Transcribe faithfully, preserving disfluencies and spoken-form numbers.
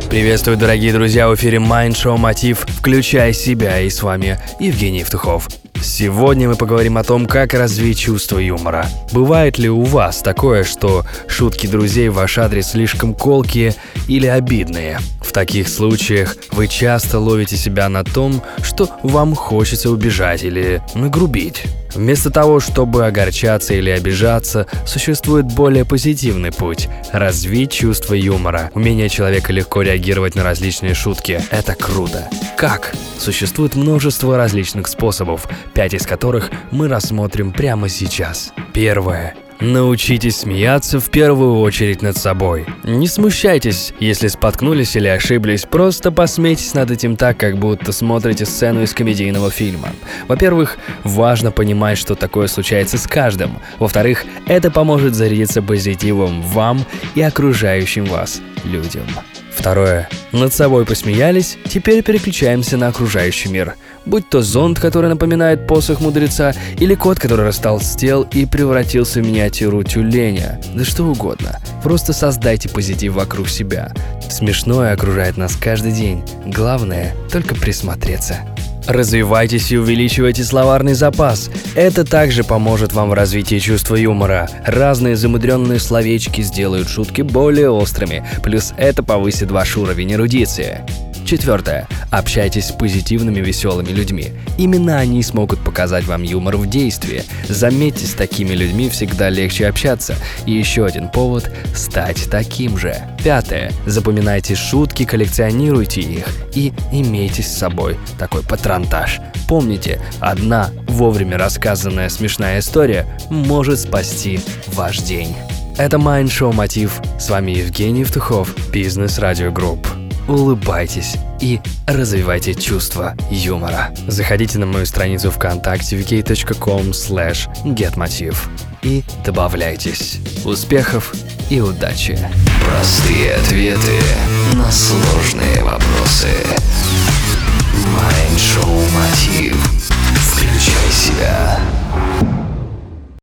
Приветствую, дорогие друзья, в эфире Mind Show Мотив «Включай себя», и с вами Евгений Евтухов. Сегодня мы поговорим о том, как развить чувство юмора. Бывает ли у вас такое, что шутки друзей в ваш адрес слишком колкие или обидные? В таких случаях вы часто ловите себя на том, что вам хочется убежать или нагрубить. Вместо того, чтобы огорчаться или обижаться, существует более позитивный путь – развить чувство юмора. Умение человека легко реагировать на различные шутки – это круто. Как? Существует множество различных способов, пять из которых мы рассмотрим прямо сейчас. Первое. Научитесь смеяться в первую очередь над собой. Не смущайтесь, если споткнулись или ошиблись, просто посмейтесь над этим так, как будто смотрите сцену из комедийного фильма. Во-первых, важно понимать, что такое случается с каждым. Во-вторых, это поможет зарядиться позитивом вам и окружающим вас людям. Второе. Над собой посмеялись, теперь переключаемся на окружающий мир. Будь то зонт, который напоминает посох мудреца, или кот, который растолстел и превратился в миниатюру тюленя. Да что угодно. Просто создайте позитив вокруг себя. Смешное окружает нас каждый день. Главное – только присмотреться. Развивайтесь и увеличивайте словарный запас. Это также поможет вам в развитии чувства юмора. Разные замудренные словечки сделают шутки более острыми, плюс это повысит ваш уровень эрудиции. Четвертое. Общайтесь с позитивными, веселыми людьми. Именно они смогут показать вам юмор в действии. Заметьте, с такими людьми всегда легче общаться. И еще один повод – стать таким же. Пятое. Запоминайте шутки, коллекционируйте их и имейте с собой такой патронтаж. Помните, одна вовремя рассказанная смешная история может спасти ваш день. Это Mind Show Мотив. С вами Евгений Евтухов, Бизнес Радио Групп. Улыбайтесь и развивайте чувство юмора. Заходите на мою страницу ВКонтакте ви кей точка ком слэш гет мотив и добавляйтесь. Успехов и удачи! Простые ответы на сложные вопросы.